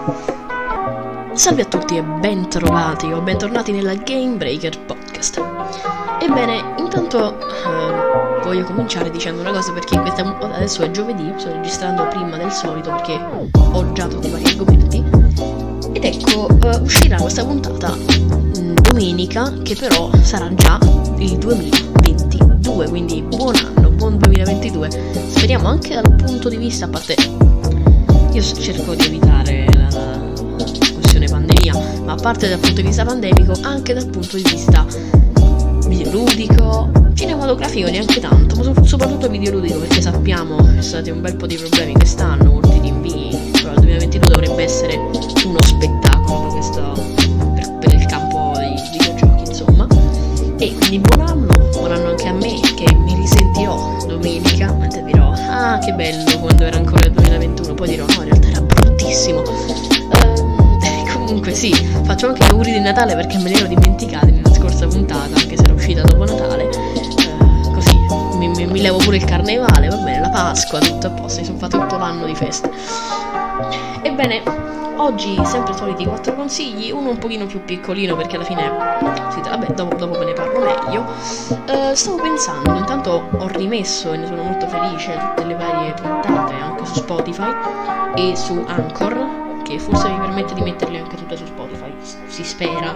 Salve a tutti e bentrovati o bentornati nella Game Breaker Podcast. Ebbene, intanto voglio cominciare dicendo una cosa, perché adesso è giovedì, sto registrando prima del solito perché ho già tutti i vari argomenti. Ed ecco, uscirà questa puntata domenica, che però sarà già il 2022, quindi buon anno, buon 2022. Speriamo anche dal punto di vista, a parte io cerco di evitare la questione pandemia, ma a parte dal punto di vista pandemico, anche dal punto di vista videoludico, cinematografico neanche tanto, ma soprattutto videoludico, perché sappiamo che ci sono stati un bel po' di problemi quest'anno, molti rinvii, però il 2022 dovrebbe essere uno spettacolo per il campo dei videogiochi, insomma. E quindi buon anno anche a me, che mi risentirò domenica mentre dirò ah che bello quando era ancora il 2021, poi dirò no, in realtà era bruttissimo. Comunque sì, faccio anche gli auguri di Natale perché me li ero dimenticati nella scorsa puntata, anche se era uscita dopo Natale. Così mi levo pure il carnevale, va bene, la Pasqua, tutto a posto, mi sono fatto tutto l'anno di festa. Ebbene, oggi sempre i soliti 4 consigli, uno un pochino più piccolino perché alla fine vabbè, dopo ve ne parlo meglio. Stavo pensando, intanto ho rimesso, e ne sono molto felice, tutte le varie puntate anche su Spotify e su Anchor, che forse mi permette di metterle anche tutte su Spotify, si spera.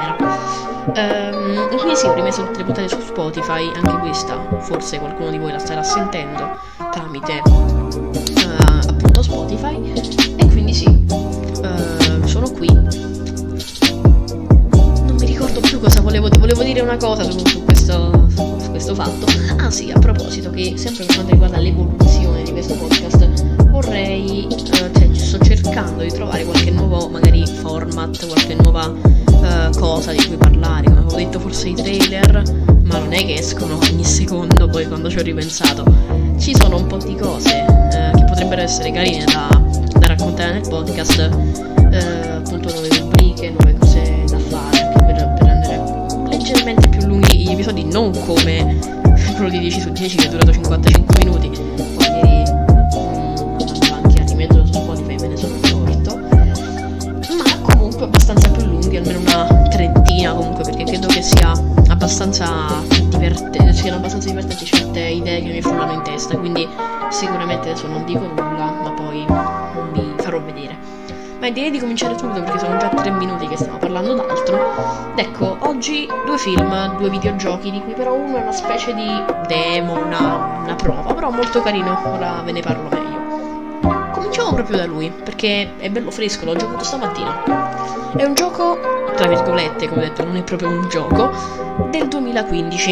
Quindi sì, ho rimesso tutte le puntate su Spotify, anche questa forse qualcuno di voi la starà sentendo tramite appunto Spotify, e quindi sì, sono qui. Non mi ricordo più cosa volevo dire una cosa su questo fatto. Ah sì, a proposito, che sempre per quanto riguarda l'evoluzione di questo podcast, vorrei, sto cercando di trovare qualche nuovo magari format, qualche nuova cosa di cui parlare. Come avevo detto, forse i trailer, ma non è che escono ogni secondo. Poi quando ci ho ripensato, ci sono un po' di cose che potrebbero essere carine da raccontare nel podcast, appunto nuove rubriche, nuove cose da fare, anche per rendere leggermente più lunghi gli episodi, non come quello di 10 su 10 che è durato 55 minuti. Poi ieri andavo anche a rimezzo su Spotify, me ne sono accorto, ma comunque abbastanza più lunghi, almeno una trentina comunque, perché credo che sia abbastanza siano abbastanza divertenti certe idee che mi frullano in testa, quindi sicuramente adesso non dico nulla, ma poi vi farò vedere. Ma direi di cominciare subito perché sono già 3 minuti che stiamo parlando d'altro. Ed ecco, oggi 2 film, 2 videogiochi, di cui però uno è una specie di demo, una prova, però molto carino, ora ve ne parlo meglio. Cominciamo proprio da lui, perché è bello fresco, l'ho giocato stamattina. È un gioco, tra virgolette, come ho detto, non è proprio un gioco, del 2015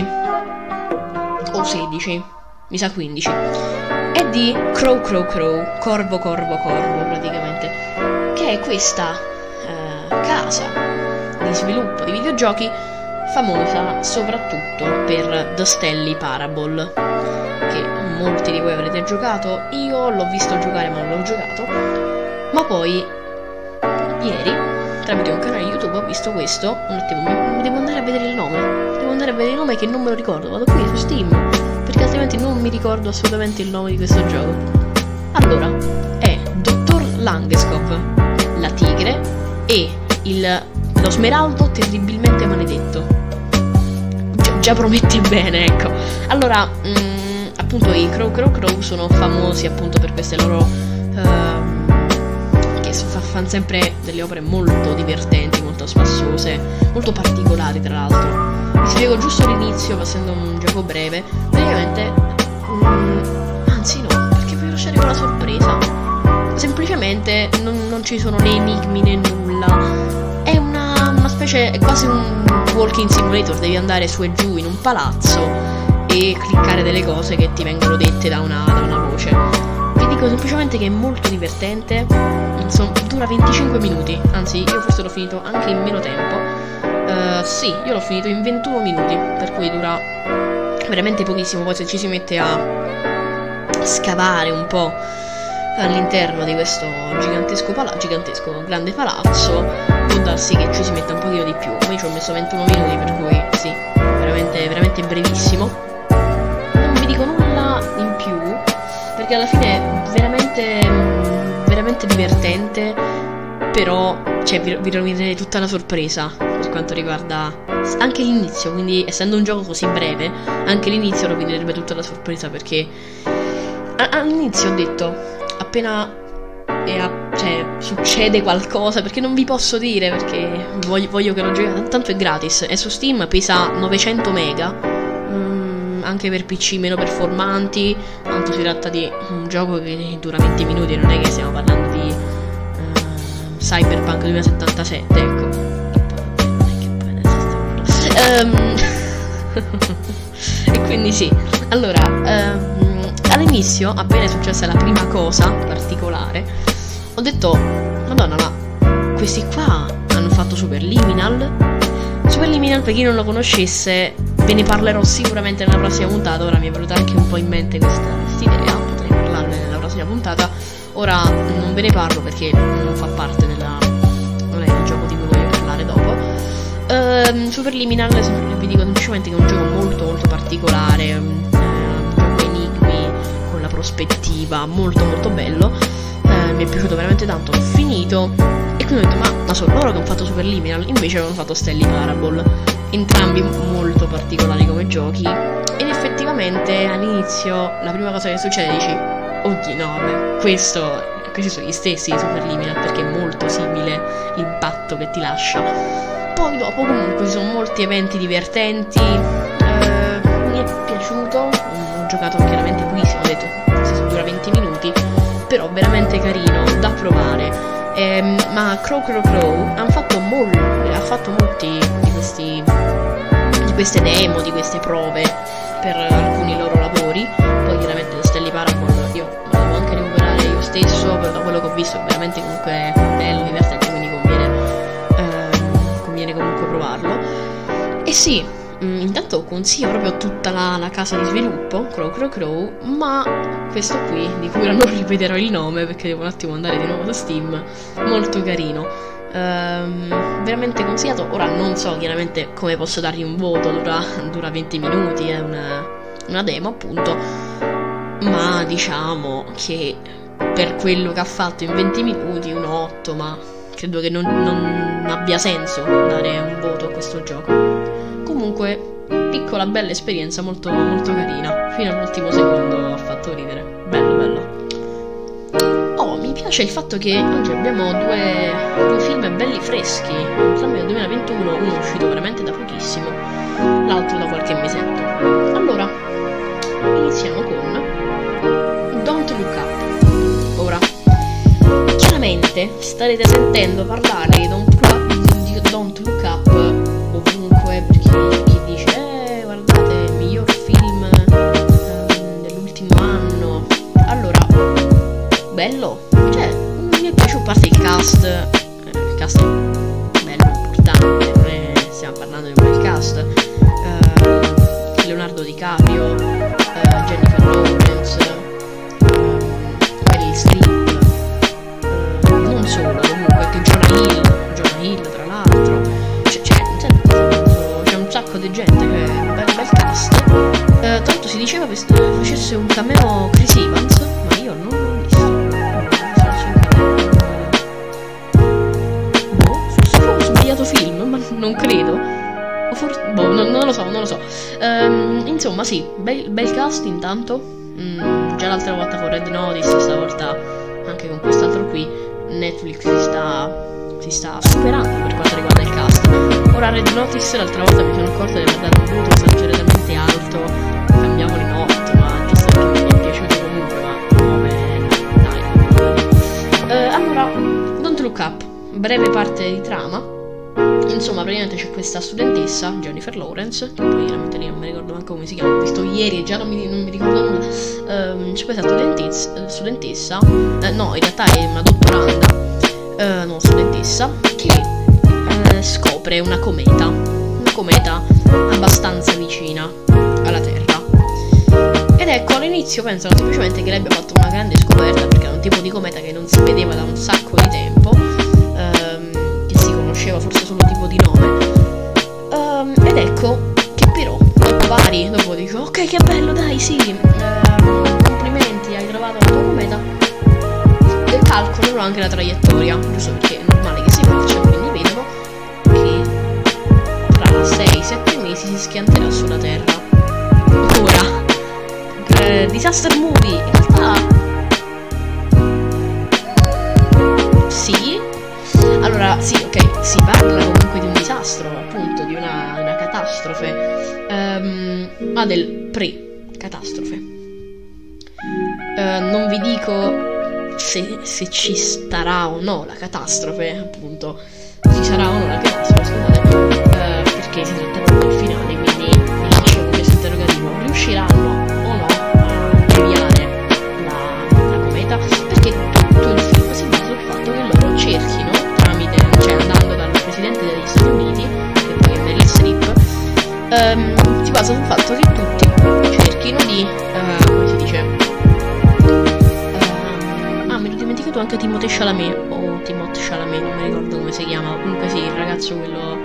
o 16, mi sa 15. È di Crow, Corvo praticamente, che è questa casa di sviluppo di videogiochi famosa soprattutto per The Stanley Parable, che molti di voi avrete giocato. Io l'ho visto giocare ma non l'ho giocato, ma poi ieri tramite un canale YouTube ho visto questo. Un attimo, devo andare a vedere il nome che non me lo ricordo, vado qui su Steam perché altrimenti non mi ricordo assolutamente il nome di questo gioco. Allora, è Dottor Langeskov, la tigre e lo smeraldo terribilmente maledetto. Già promette bene, ecco. Allora, appunto i Crow sono famosi appunto per queste loro che fanno sempre delle opere molto divertenti, molto spassose, molto particolari tra l'altro. Vi spiego giusto l'inizio, essendo un gioco breve. Praticamente anzi no, perché vi lasciare con la sorpresa. Semplicemente non ci sono né enigmi né nulla. È una specie, è quasi un walking simulator. Devi andare su e giù in un palazzo e cliccare delle cose che ti vengono dette da una voce. Vi dico semplicemente che è molto divertente. Dura 25 minuti, anzi io forse l'ho finito anche in meno tempo. Sì, io l'ho finito in 21 minuti, per cui dura veramente pochissimo. Poi se ci si mette a scavare un po' all'interno di questo gigantesco grande palazzo, può darsi che ci si metta un pochino di più. Io ci ho messo 21 minuti, per cui sì, veramente brevissimo. Non vi dico nulla in più perché alla fine è veramente divertente, però cioè vi rovinerei tutta la sorpresa per quanto riguarda anche l'inizio, quindi essendo un gioco così breve anche l'inizio rovinerebbe tutta la sorpresa, perché all'inizio ho detto appena cioè succede qualcosa, perché non vi posso dire, perché voglio che lo giochiate, tanto è gratis, e su Steam pesa 900 mega, anche per PC meno performanti, tanto si tratta di un gioco che dura 20 minuti, non è che stiamo parlando di Cyberpunk 2077, ecco. E quindi sì, allora all'inizio, appena è successa la prima cosa particolare, ho detto madonna, ma questi qua hanno fatto Superliminal, per chi non lo conoscesse ve ne parlerò sicuramente nella prossima puntata. Ora mi è venuta anche un po' in mente questa idea, potrei parlarne nella prossima puntata. Ora non ve ne parlo perché non fa parte non è il gioco di cui voglio parlare dopo. Superliminal, vi dico semplicemente che è un gioco molto molto particolare, un gioco enigmi con la prospettiva, molto molto bello, mi è piaciuto veramente tanto, l'ho finito e quindi ho detto ma sono loro che hanno fatto Superliminal, invece avevano fatto Stanley Parable, entrambi molto particolari come giochi, ed effettivamente all'inizio la prima cosa che succede dici oddio no vabbè, questi sono gli stessi di Superliminal, perché è molto simile l'impatto che ti lascia. Poi dopo comunque ci sono molti eventi divertenti, mi è piaciuto, ho giocato chiaramente pochissimo, ho detto si dura 20 minuti, però veramente carino da provare. Ma Crow ha fatto molti di queste demo, di queste prove per alcuni loro lavori. Poi chiaramente da Stanley Parable io lo devo anche recuperare io stesso, però da quello che ho visto è veramente comunque bello, divertente, quindi conviene comunque provarlo. E sì, intanto consiglio proprio tutta la casa di sviluppo, Crow, ma questo qui, di cui ora non ripeterò il nome perché devo un attimo andare di nuovo su Steam, molto carino, veramente consigliato. Ora non so chiaramente come posso dargli un voto, dura 20 minuti, è una demo appunto, ma diciamo che per quello che ha fatto in 20 minuti un 8, ma credo che non abbia senso dare un voto a questo gioco. Comunque, piccola bella esperienza, molto molto carina, fino all'ultimo secondo ha fatto ridere, bello. Oh, mi piace il fatto che oggi abbiamo due film belli freschi, entrambi del 2021, uno è uscito veramente da pochissimo, l'altro da qualche mesetto. Allora, iniziamo con Don't Look Up. Ora, chiaramente starete sentendo parlare di Don't Look Up ovunque, perché chi dice guardate, miglior film dell'ultimo anno. Allora, bello, cioè mi è piaciuto, a parte il cast è bello, importante, non è, stiamo parlando di un bel cast, Leonardo DiCaprio, Jennifer Lawrence, Meryl Streep, non solo, comunque anche Jonah Hill tra l'altro, c'è un sacco di gente, che è un bel cast. Tra l'altro si diceva che facesse un cameo Chris Evans, ma io non l'ho visto. Forse ho sbagliato film, ma non credo. O forse, non lo so. Insomma sì, bel cast intanto. Già l'altra volta con Red Notice, stavolta anche con quest'altro qui Netflix si sta superando per quanto riguarda il cast. Ora Red Notice l'altra volta mi sono accorta di aver dato un voto esageratamente alto, cambiamolo in 8, ma giusto perché mi è piaciuto comunque, ma 9 dai. Allora, Don't Look Up, breve parte di trama. Insomma, praticamente c'è questa studentessa, Jennifer Lawrence, che poi veramente lì non mi ricordo manco come si chiama, l'ho visto ieri e già non mi ricordo nulla. C'è questa studentessa, no, in realtà è una dottoranda, no, studentessa, che scopre una cometa abbastanza vicina alla Terra. Ed ecco, all'inizio pensano semplicemente che lei abbia fatto una grande scoperta, perché è un tipo di cometa che non si vedeva da un sacco di tempo, che si conosceva forse solo tipo di nome, ed ecco che però dopo dico ok, che bello, dai, sì, complimenti, hai trovato la tua cometa, e calcolano anche la traiettoria, giusto perché è normale schianterà sulla Terra. Ora, disaster movie, in realtà sì. Allora, sì, ok, si parla comunque di un disastro, appunto, di una catastrofe, ma del pre-catastrofe. Non vi dico se ci starà o no la catastrofe, appunto, ci sarà o no la catastrofe, scusate, perché si tratta proprio del finale, quindi vi lascio con questo interrogativo: riusciranno o no a deviare la cometa? Perché tutto il film si basa sul fatto che loro cerchino, cioè andando dal presidente degli Stati Uniti, che poi è Meryl Streep, si basa sul fatto che tutti cerchino di, come si dice, mi ero dimenticato anche Timothée Chalamet, o Timothée Chalamet, non mi ricordo come si chiama, comunque sì, il ragazzo quello,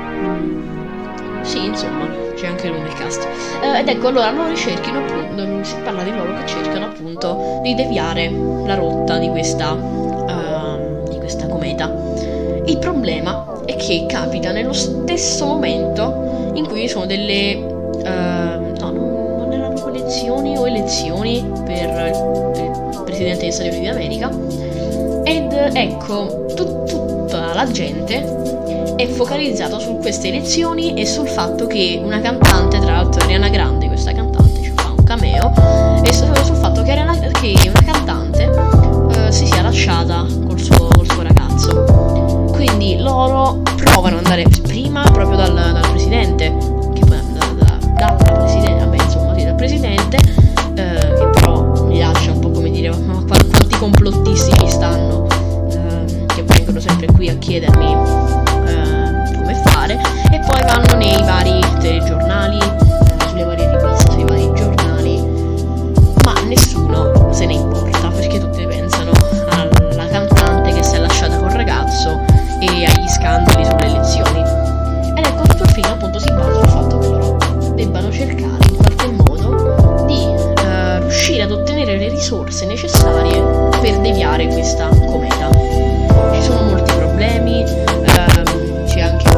sì, insomma, c'è anche lui nel cast, ed ecco, allora loro cerchino, appunto, si parla di loro che cercano appunto di deviare la rotta di questa cometa. Il problema è che capita nello stesso momento in cui ci sono delle no, non erano proprio elezioni per il presidente degli Stati Uniti d'America, ed ecco, tutta la gente è focalizzata su queste elezioni e sul fatto che una cantante, tra l'altro Ariana Grande, questa cantante ci fa un cameo, e sul fatto che una cantante si sia lasciata col suo ragazzo. Quindi loro provano ad andare prima proprio dal presidente, che poi dal presidente, vabbè, insomma, sì, dal presidente, che però mi lascia un po' come dire, ma quanti complottisti ci stanno, che vengono sempre qui a chiedermi come fare, e poi vanno nei vari telegiornali, sulle varie riviste, sui vari giornali, ma nessuno se ne importa, perché tutti pensano alla cantante che si è lasciata col ragazzo e agli scandali sulle elezioni. Ed ecco, tutto il film appunto si basa sul fatto che loro debbano cercare in qualche modo di riuscire ad ottenere le risorse necessarie per deviare questa cometa. Ci sono molti problemi, c'è anche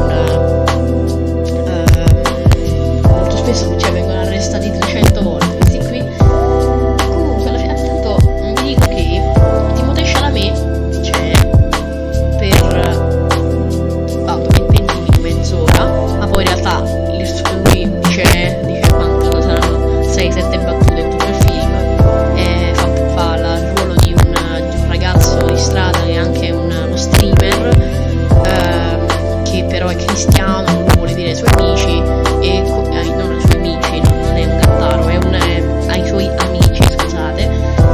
molto spesso, cioè, vengono arrestati 300 volte questi qui. Comunque alla fine, tanto vi dico che Timothée Chalamet c'è per quanto, 20 minuti, mezz'ora, ma poi in realtà lui dice quanto saranno 6-7 battute in tutto il film, e fa il ruolo di un ragazzo di strada che è anche uno streamer, che però è cristiano, non lo vuole dire ai suoi amici, e non ai suoi amici, non è un gattaro, ai suoi amici, scusate,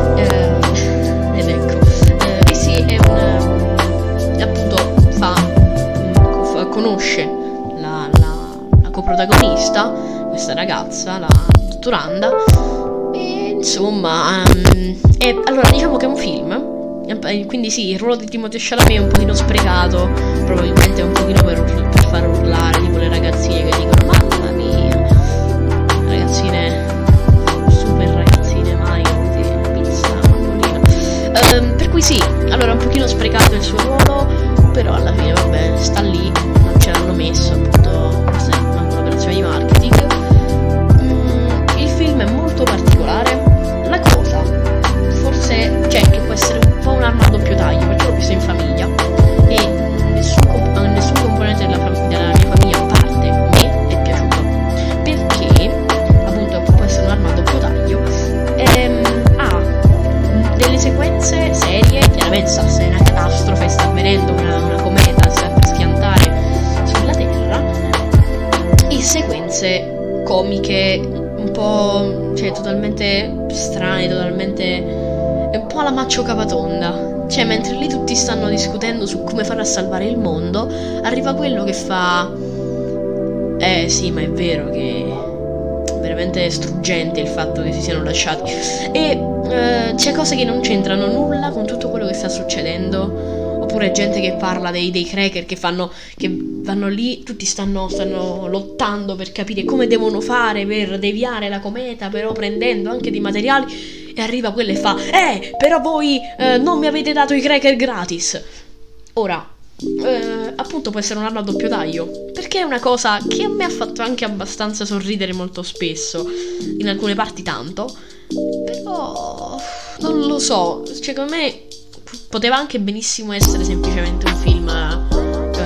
ed ecco, e sì, è appunto conosce la coprotagonista, questa ragazza, la dottoranda, e insomma, e allora diciamo che è un film. Quindi sì, il ruolo di Timothée Chalamet è un pochino sprecato, probabilmente è un pochino per far urlare tipo le ragazzine che dicono mamma mia, ragazzine, super ragazzine, mai così, pizza, mamolino. Per cui sì, allora è un pochino sprecato il suo ruolo, però alla fine vabbè, sta lì, non ce l'hanno messo, appunto, questa è anche un'operazione di marketing. Il film è molto particolare, la cosa forse, cioè, che può essere un po' un'arma a doppio taglio, perché l'ho visto in famiglia e nessun componente della mia famiglia, a parte me, è piaciuto, perché appunto può essere un'arma a doppio taglio. Ha delle sequenze serie, chiaramente se è una catastrofe, sta avvenendo una cometa, sta per schiantare sulla Terra, e sequenze comiche un po', cioè, totalmente strane, totalmente, è un po' alla Maccio Capatonda. Cioè, mentre lì tutti stanno discutendo su come fare a salvare il mondo, arriva quello che fa sì, ma è vero che è veramente struggente il fatto che si siano lasciati, e c'è cose che non c'entrano nulla con tutto quello che sta succedendo, oppure gente che parla dei cracker che vanno lì, tutti stanno lottando per capire come devono fare per deviare la cometa, però prendendo anche dei materiali, e arriva quello e fa però voi non mi avete dato i cracker gratis. Ora, appunto, può essere un'arma a doppio taglio, perché perché è una cosa che a me ha fatto anche abbastanza sorridere molto spesso, in alcune parti tanto, però non lo so, secondo me poteva anche benissimo essere semplicemente un film, anche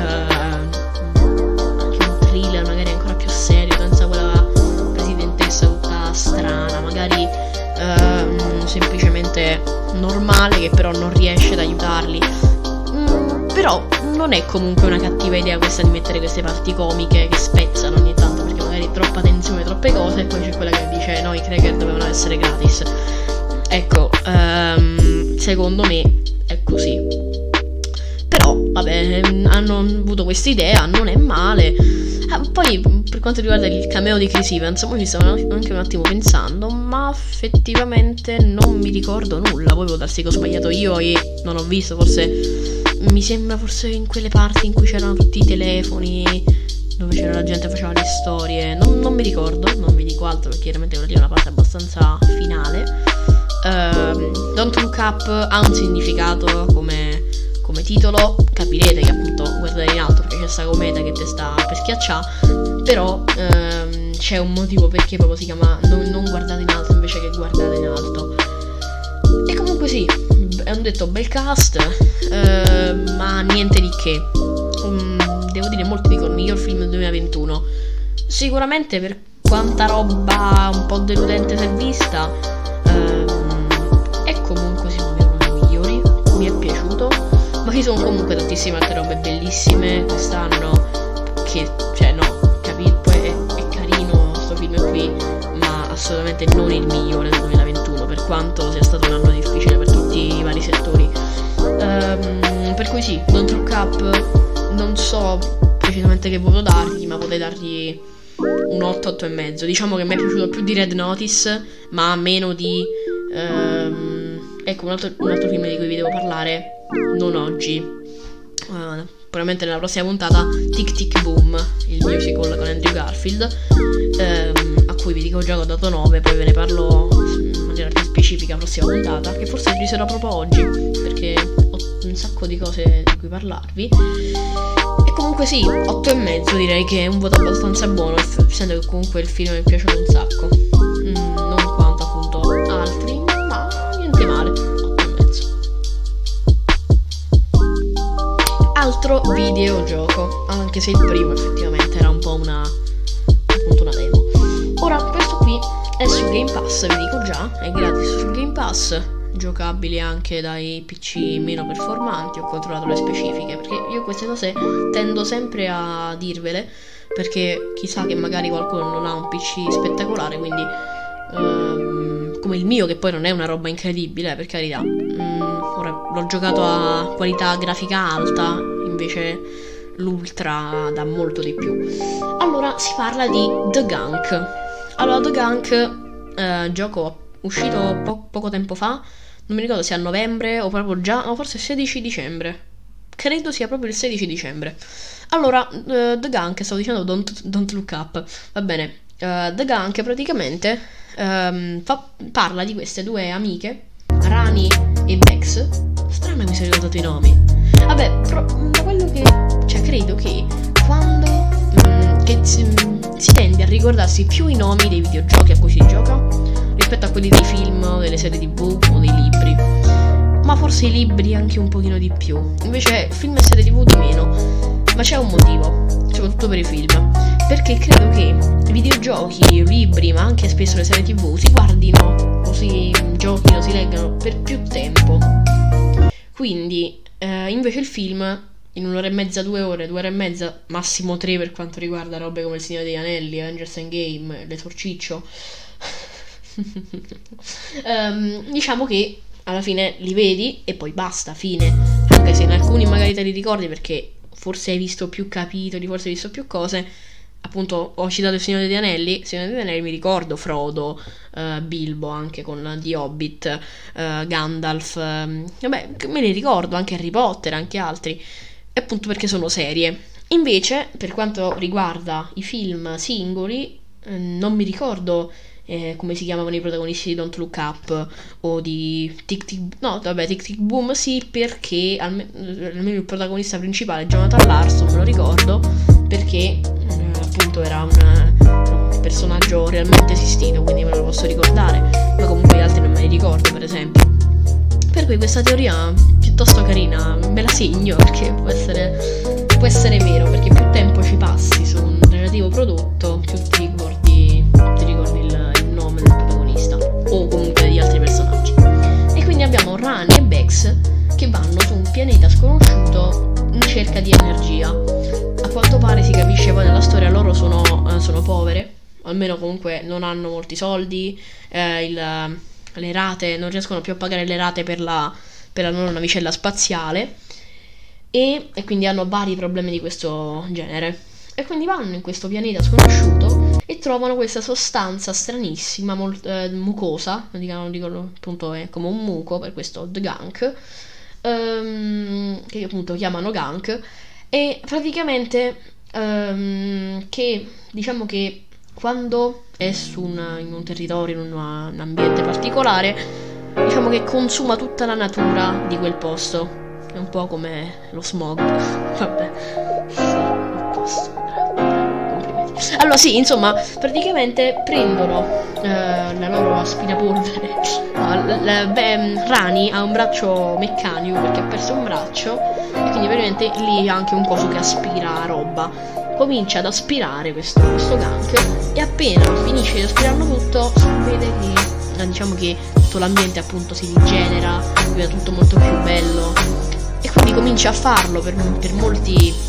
un thriller magari ancora più serio, senza quella presidentessa tutta strana, magari semplicemente normale, che però non riesce ad aiutarli. Però non è comunque una cattiva idea questa di mettere queste parti comiche che spezzano ogni tanto, perché magari troppa tensione, troppe cose, e poi c'è quella che dice no, i cracker dovevano essere gratis. Ecco, secondo me è così. Però vabbè, hanno avuto questa idea, non è male. Poi per quanto riguarda il cameo di Chris Evans, poi mi stavo anche un attimo pensando, ma effettivamente non mi ricordo nulla. Poi può darsi che ho sbagliato io e non ho visto, forse mi sembra forse in quelle parti in cui c'erano tutti i telefoni, dove c'era la gente che faceva le storie, non mi ricordo, non vi dico altro perché chiaramente quella lì è una parte abbastanza finale. Don't Look Up ha un significato come titolo, capirete che appunto guardare in alto perché c'è sta cometa che te sta per schiacciare, però c'è un motivo perché proprio si chiama non guardate in alto invece che guardate in alto. E comunque sì, hanno detto bel cast, ma niente di che. Devo dire, molti dicono miglior film del 2021. Sicuramente per quanta roba un po' deludente si è vista, è comunque secondo me uno dei migliori. Mi è piaciuto, ma ci sono comunque tantissime altre robe bellissime quest'anno che, cioè no, capito, poi è carino sto film qui, ma assolutamente non il migliore del 2021, per quanto sia stato un anno difficile per tutti i vari settori. Per cui sì, Don't Look Up, non so precisamente che voto dargli, ma potrei dargli un 8, 8,5. Diciamo che mi è piaciuto più di Red Notice, ma meno di ecco un altro film di cui vi devo parlare, non oggi, probabilmente nella prossima puntata, Tic Tic Boom, il musical con Andrew Garfield, a cui vi dico già che ho dato 9, poi ve ne parlo in maniera più specifica la prossima puntata, che forse registrerò proprio oggi perché ho un sacco di cose di cui parlarvi. E comunque sì, 8,5 direi che è un voto abbastanza buono, essendo che comunque il film mi è piaciuto un sacco, non quanto appunto altri, ma niente male. 8,5. Altro videogioco, anche se il primo effettivamente era un po' appunto una demo. Ora questo qui è su Game Pass, vi dico già, è gratis su Game Pass, giocabili anche dai PC meno performanti. Ho controllato le specifiche perché io queste cose tendo sempre a dirvele, perché chissà che magari qualcuno non ha un PC spettacolare, quindi come il mio, che poi non è una roba incredibile, per carità. Ora l'ho giocato a qualità grafica alta, invece l'ultra dà molto di più. Allora si parla di The Gunk. Allora The Gunk, gioco uscito poco tempo fa, non mi ricordo se a novembre o proprio già, o forse 16 dicembre. Credo sia proprio il 16 dicembre. Allora, The Gunk, stavo dicendo Don't Look Up, va bene. The Gunk praticamente parla di queste due amiche, Rani e Bex. Strano che mi sono ricordato i nomi. Vabbè, da quello che, cioè, credo che quando si tende a ricordarsi più i nomi dei videogiochi a cui si gioca rispetto a quelli dei film o delle serie TV o dei libri, ma forse i libri anche un pochino di più, invece film e serie TV di meno. Ma c'è un motivo, soprattutto per i film, perché credo che i videogiochi, i libri, ma anche spesso le serie TV si guardino o si giochino, si leggano per più tempo. Quindi invece il film in 1 ora e mezza, 2 ore, 2 ore e mezza, massimo 3 per quanto riguarda robe come Il Signore degli Anelli, Avengers Endgame, L'Esorciccio, diciamo che alla fine li vedi e poi basta, fine. Anche se in alcuni magari te li ricordi perché forse hai visto più capitoli, forse hai visto più cose. Appunto ho citato Il Signore degli Anelli. Il Signore degli Anelli mi ricordo Frodo, Bilbo anche con The Hobbit, Gandalf, vabbè, me li ricordo, anche Harry Potter, anche altri, appunto perché sono serie. Invece per quanto riguarda i film singoli, non mi ricordo come si chiamavano i protagonisti di Don't Look Up o di Tic Tic, no vabbè, Tic Tic Boom sì, perché almeno il protagonista principale Jonathan Larson me lo ricordo, perché appunto era un personaggio realmente esistito, quindi me lo posso ricordare, ma comunque gli altri non me li ricordo, per esempio. Per cui questa teoria piuttosto carina, me la segno, perché può essere vero, perché più tempo ci passi su un relativo prodotto, più ti ricordi il nome del protagonista o comunque degli altri personaggi. E quindi abbiamo Rani e Bex che vanno su un pianeta sconosciuto in cerca di energia. A quanto pare si capisce poi nella storia loro sono povere, almeno comunque non hanno molti soldi, le rate, non riescono più a pagare le rate per la loro navicella spaziale e quindi hanno vari problemi di questo genere. E quindi vanno in questo pianeta sconosciuto e trovano questa sostanza stranissima, mucosa, dicono appunto è come un muco, per questo The Gunk, che appunto chiamano Gunk, e praticamente che diciamo che quando è in un territorio, in un ambiente particolare, diciamo che consuma tutta la natura di quel posto. È un po' come lo smog. Vabbè, sì, il posto. Complimenti. Allora sì, insomma, praticamente prendono la loro aspirapolvere. Rani ha un braccio meccanico perché ha perso un braccio, e quindi praticamente lì ha anche un coso che aspira roba. Comincia ad aspirare questo Gunk, e appena finisce di aspirarlo tutto vede che diciamo che tutto l'ambiente appunto si rigenera, diventa tutto molto più bello, e quindi comincia a farlo per molto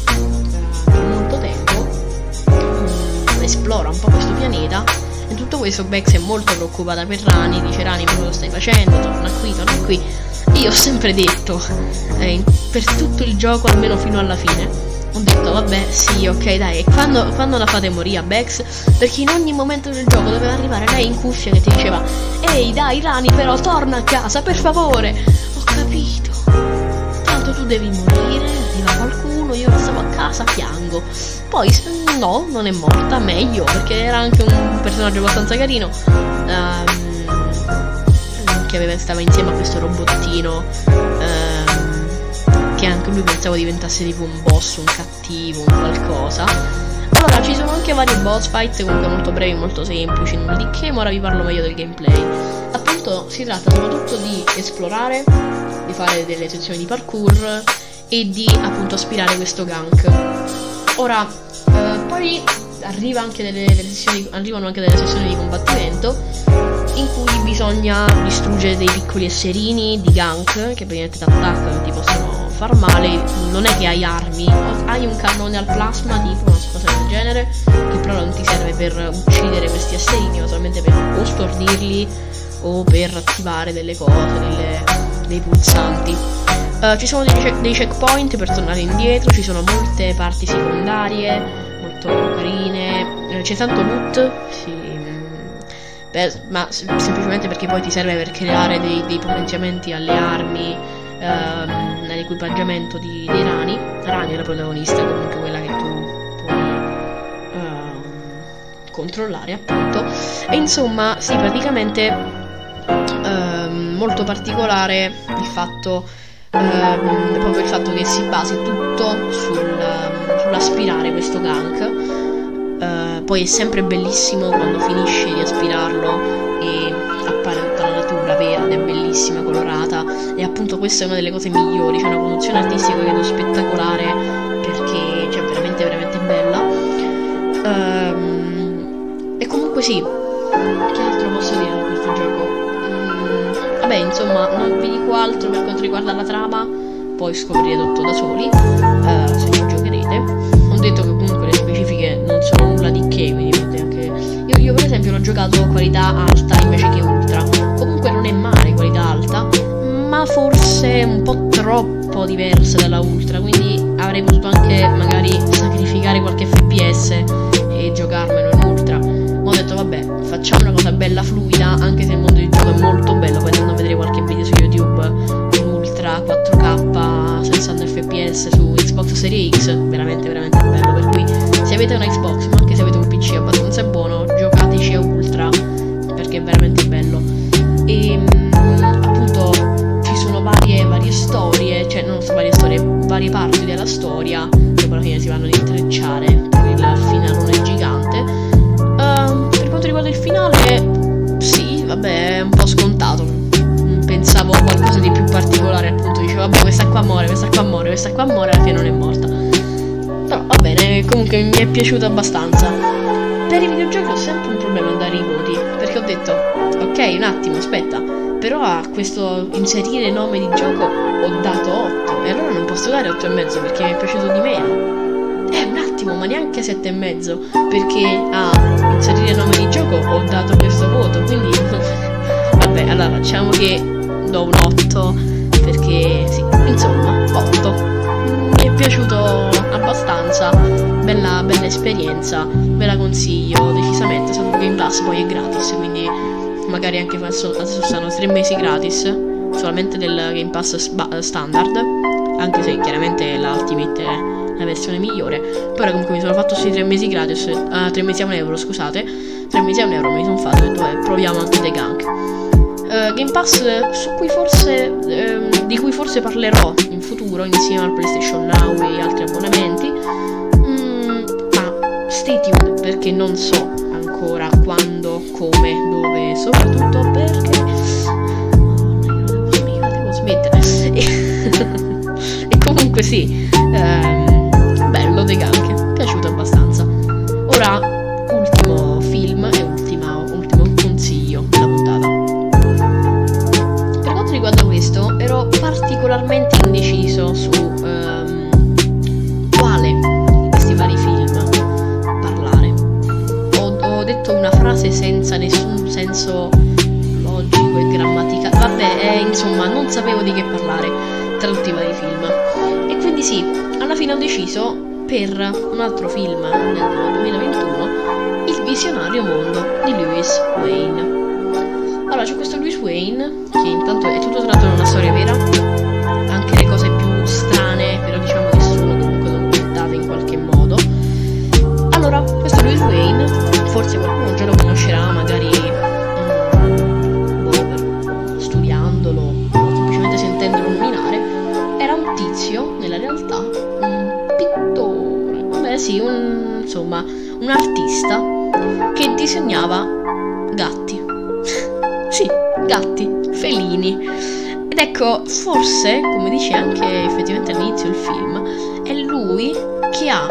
tempo. Esplora un po' questo pianeta, e tutto questo Bex è molto preoccupata per Rani, dice: Rani, ma cosa stai facendo? Torna qui. E io ho sempre detto, per tutto il gioco, almeno fino alla fine, ho detto vabbè sì, ok dai, e quando la fate morire a Bex? Perché in ogni momento del gioco doveva arrivare lei in cuffia che ti diceva: ehi dai Rani, però torna a casa, per favore. Ho capito, tanto tu devi morire, arriva qualcuno, io stavo a casa, piango. Poi no, non è morta, meglio, perché era anche un personaggio abbastanza carino, che stava insieme a questo robottino, che anche lui pensavo diventasse tipo un boss, un cattivo, un qualcosa. Allora ci sono anche vari boss fight, comunque molto brevi, molto semplici, nulla di che, ma ora vi parlo meglio del gameplay. Appunto si tratta soprattutto di esplorare, di fare delle sezioni di parkour e di appunto aspirare questo Gunk. Ora poi arrivano anche delle sessioni di combattimento in cui bisogna distruggere dei piccoli esserini di Gunk che praticamente ti attaccano e ti possono far male. Non è che hai armi, hai un cannone al plasma tipo, una cosa del genere, che però non ti serve per uccidere questi esserini, ma solamente per o stordirli o per attivare delle cose, dei pulsanti. Ci sono dei checkpoint per tornare indietro, ci sono molte parti secondarie molto carine, c'è tanto loot, sì, ma semplicemente perché poi ti serve per creare dei potenziamenti alle armi, nell'equipaggiamento dei Rani. Rani è la protagonista, comunque quella che tu puoi controllare appunto. E insomma sì, praticamente molto particolare il fatto, proprio il fatto che si basi tutto sull'aspirare questo Gunk. Poi è sempre bellissimo quando finisci di aspirarlo e appare tutta la natura verde, bellissima, colorata, e appunto questa è una delle cose migliori. C'è una produzione artistica che è spettacolare, perché c'è veramente veramente bella. E comunque sì, che altro posso dire di questo gioco? Vabbè, insomma, non vi dico altro per quanto riguarda la trama, poi scoprirete tutto da soli, se ci giocherete. Ho detto che comunque le specifiche non sono nulla di che, quindi potete anche... Io per esempio l'ho giocato a qualità alta invece che ultra. Comunque non è male qualità alta, ma forse un po' troppo diversa dalla ultra, quindi avrei potuto anche magari sacrificare qualche FPS e giocarmelo in ultra. Ma ho detto vabbè, facciamo una cosa bella fluida, anche se il mondo di gioco è molto bello. Poi andando a vedere qualche video su YouTube in ultra 4K 60 fps su Xbox Series X, veramente veramente bello. Per cui se avete una Xbox, ma anche se avete un PC abbastanza buono, giocateci a ultra, perché è veramente bello. E appunto ci sono varie storie, cioè non so, varie storie, varie parti della storia che poi alla fine si vanno ad intrecciare per il finalone gigante. Per quanto riguarda il finale, sì, vabbè, è un po' scontato. Pensavo a qualcosa di più particolare, appunto dicevo vabbè, questa qua muore, alla fine non è morta. Però va bene, comunque mi è piaciuto abbastanza. Per i videogiochi ho sempre un problema a dare i voti, perché ho detto ok, un attimo, aspetta, però a questo inserire nome di gioco ho dato 8 e allora non posso dare 8,5 perché mi è piaciuto di meno. Un attimo, ma neanche 7,5 perché a inserire nome di gioco ho dato questo voto, quindi vabbè, allora facciamo che do un 8 perché sì, insomma, 8. Mi è piaciuto abbastanza, bella esperienza, ve la consiglio decisamente. Solo Game Pass poi è gratis, quindi magari anche adesso stanno 3 mesi gratis solamente del Game Pass standard, anche se chiaramente la Ultimate è la versione migliore. Però comunque mi sono fatto questi 3 mesi gratis, 3 mesi a €1, scusate, 3 mesi a €1 mi sono fatto, ho detto proviamo anche The Gunk. Game Pass di cui forse parlerò in futuro insieme al PlayStation Now e altri abbonamenti, ma stay tuned perché non so ancora quando, come, dove, soprattutto perché devo smettere. E comunque sì, bello The Gunk, mi è piaciuto abbastanza. Ora ultimo film e ultimo consiglio della puntata. Riguardo questo ero particolarmente indeciso su quale di questi vari film parlare. Ho detto una frase senza nessun senso logico e grammaticale, vabbè, insomma non sapevo di che parlare tra tutti i vari film, e quindi sì, alla fine ho deciso per un altro film del 2021, Il visionario mondo di Lewis Wayne. Allora, c'è questo Lewis Wayne, che intanto è tutto tratto da una storia vera, anche le cose più strane, però diciamo che sono comunque documentate in qualche modo. Allora, questo Lewis Wayne, forse qualcuno già lo conoscerà, magari studiandolo o semplicemente sentendolo nominare, era un tizio, nella realtà, un pittore, vabbè sì, insomma, un artista che disegnava gatti. Sì, gatti, felini. Ed ecco, forse, come dice anche effettivamente all'inizio il film, è lui che ha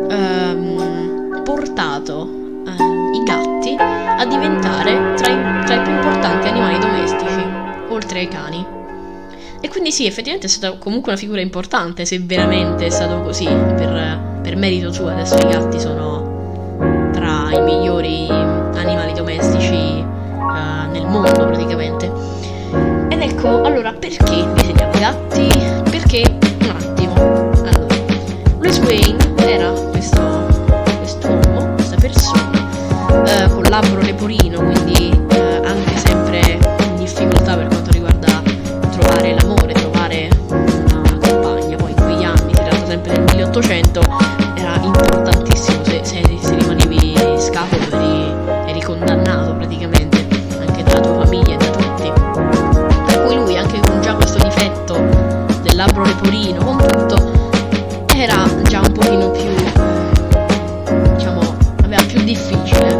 portato i gatti a diventare tra i più importanti animali domestici, oltre ai cani. E quindi sì, effettivamente è stata comunque una figura importante, se veramente è stato così, per merito suo. Adesso i gatti sono tra i migliori animali domestici nel mondo praticamente. Ed ecco, allora, perché disegnava gatti? Perché, un attimo, allora, Lewis Wayne era quest'uomo, questa persona, con labbro leporino, quindi anche sempre in difficoltà per quanto riguarda trovare l'amore, trovare una compagna. Poi in quegli anni, si tratta sempre del 1800, era importantissimo, se rimanevi scapolo eri condannato praticamente, dalla tua famiglia e da tutti. Per cui lui, anche con già questo difetto del labbro leporino, con tutto, era già un pochino più, diciamo, aveva più difficile,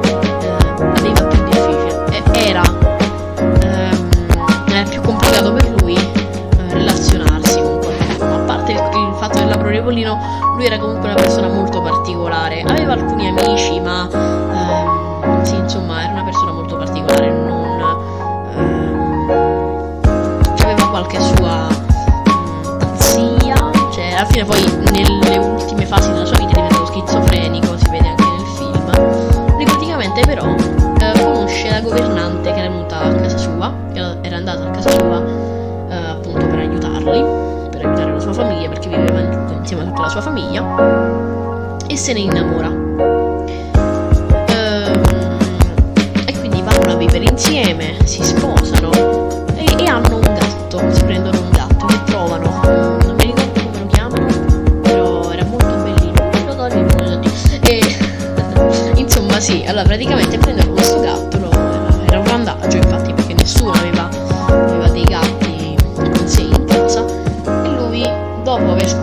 era più complicato per lui relazionarsi con qualcuno. A parte il fatto del labbro leporino, lui era comunque una persona molto particolare, aveva alcuni amici, ma sì, insomma, era una persona molto particolare, aveva qualche sua pazzia, cioè alla fine poi nelle ultime fasi della sua vita è diventato schizofrenico, si vede anche nel film. Lui praticamente però conosce la governante che era venuta a casa sua, che era andata a casa sua appunto per aiutare la sua famiglia, perché viveva insieme a tutta la sua famiglia, e se ne innamora. A vivere insieme, si sposano e hanno un gatto, si prendono un gatto che trovano, non mi ricordo come lo chiamano, però era molto bellino, e insomma sì, allora praticamente prendono questo gatto, era un randaggio infatti, perché nessuno aveva dei gatti con sé in casa, e lui, dopo aver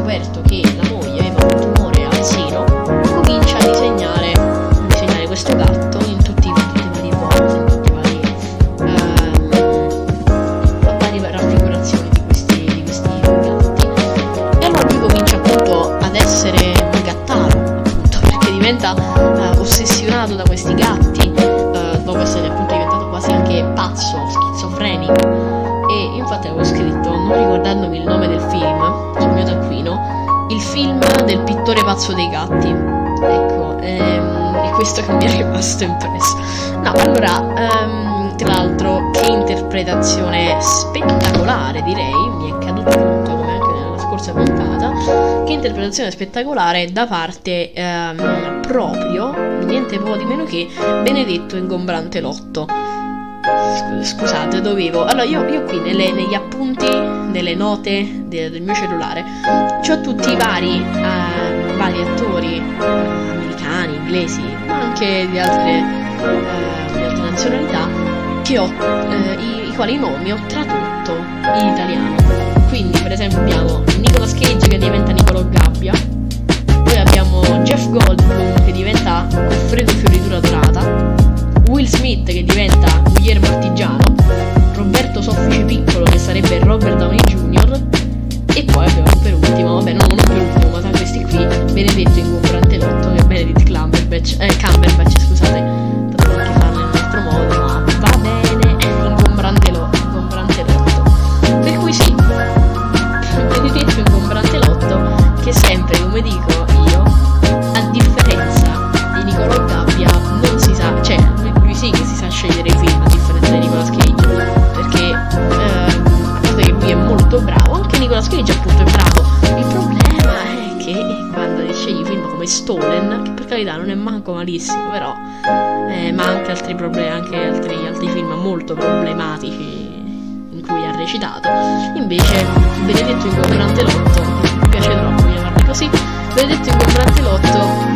diventa ossessionato da questi gatti, dopo essere appunto diventato quasi anche pazzo, schizofrenico. E infatti avevo scritto, non ricordandomi il nome del film sul mio taccuino, il film del pittore pazzo dei gatti. Ecco, è questo che mi è rimasto impresso. No, allora, tra l'altro, che interpretazione spettacolare, direi, mi è caduto tutto come anche nella scorsa puntata. Che interpretazione spettacolare da parte proprio, niente po' di meno che Benedetto Ingombrante Lotto. Scusate, dovevo. Allora, io qui negli appunti, nelle note del mio cellulare, c'ho tutti i vari attori americani, inglesi, ma anche di altre nazionalità, che ho, i quali nomi ho tradotto in italiano. Quindi, per esempio, abbiamo Nicolas Cage che diventa Nicolò Gabbia, poi abbiamo Jeff Goldblum che diventa Goffredo Fioritura Dorata, Will Smith che diventa Guillermo Artigiano, Roberto Soffice Piccolo che sarebbe Robert Downey Jr. e poi abbiamo per ultimo, vabbè non per ultimo, ma tra questi qui, Benedetto Ingombrante Lotto che è Benedict Cumberbatch, scusate, potremmo anche farlo in un altro modo, ma va bene, è Ingombrante Lotto. Per cui sì, Benedetto Ingombrante Lotto, che sempre, come dico io, a differenza di Nicolò Gabbia, non si sa, cioè lui sì che si sa scegliere i film a differenza di Nicolas Cage, perché a parte che lui è molto bravo, anche Nicolas Cage appunto è bravo, il problema è che quando scegli film come Stolen, che per carità non è manco malissimo, però ma anche altri problemi, anche altri film molto problematici in cui ha recitato, invece Benedetto Ingombrante Lotto, mi piace troppo chiamarlo così, Benedetto Ingombrante Lotto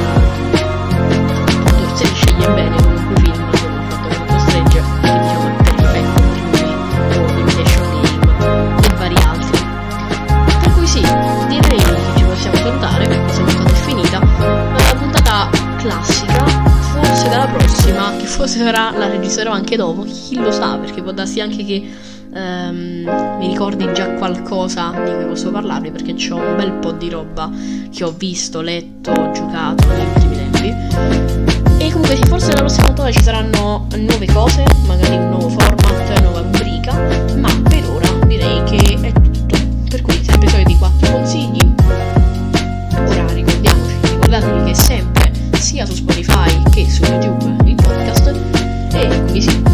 se li sceglie bene comunque i film, come ho fatto con Stregge, che diciamo è perfetto, o Imitation Game e vari altri. Per cui sì, direi che ci possiamo salutare, questa puntata è finita, una puntata classica, forse dalla prossima, che forse la registrerò anche dopo, chi lo sa, perché può darsi anche che mi ricordi già qualcosa di cui posso parlarvi, perché c'ho un bel po' di roba che ho visto, letto, giocato negli ultimi tempi. E comunque sì, forse nella prossima puntata ci saranno nuove cose, magari un nuovo format, una nuova rubrica, ma per ora direi che è tutto. Per cui sempre i soliti 4 consigli. Ora ricordatevi che sempre sia su Spotify che su YouTube il podcast, e quindi sì,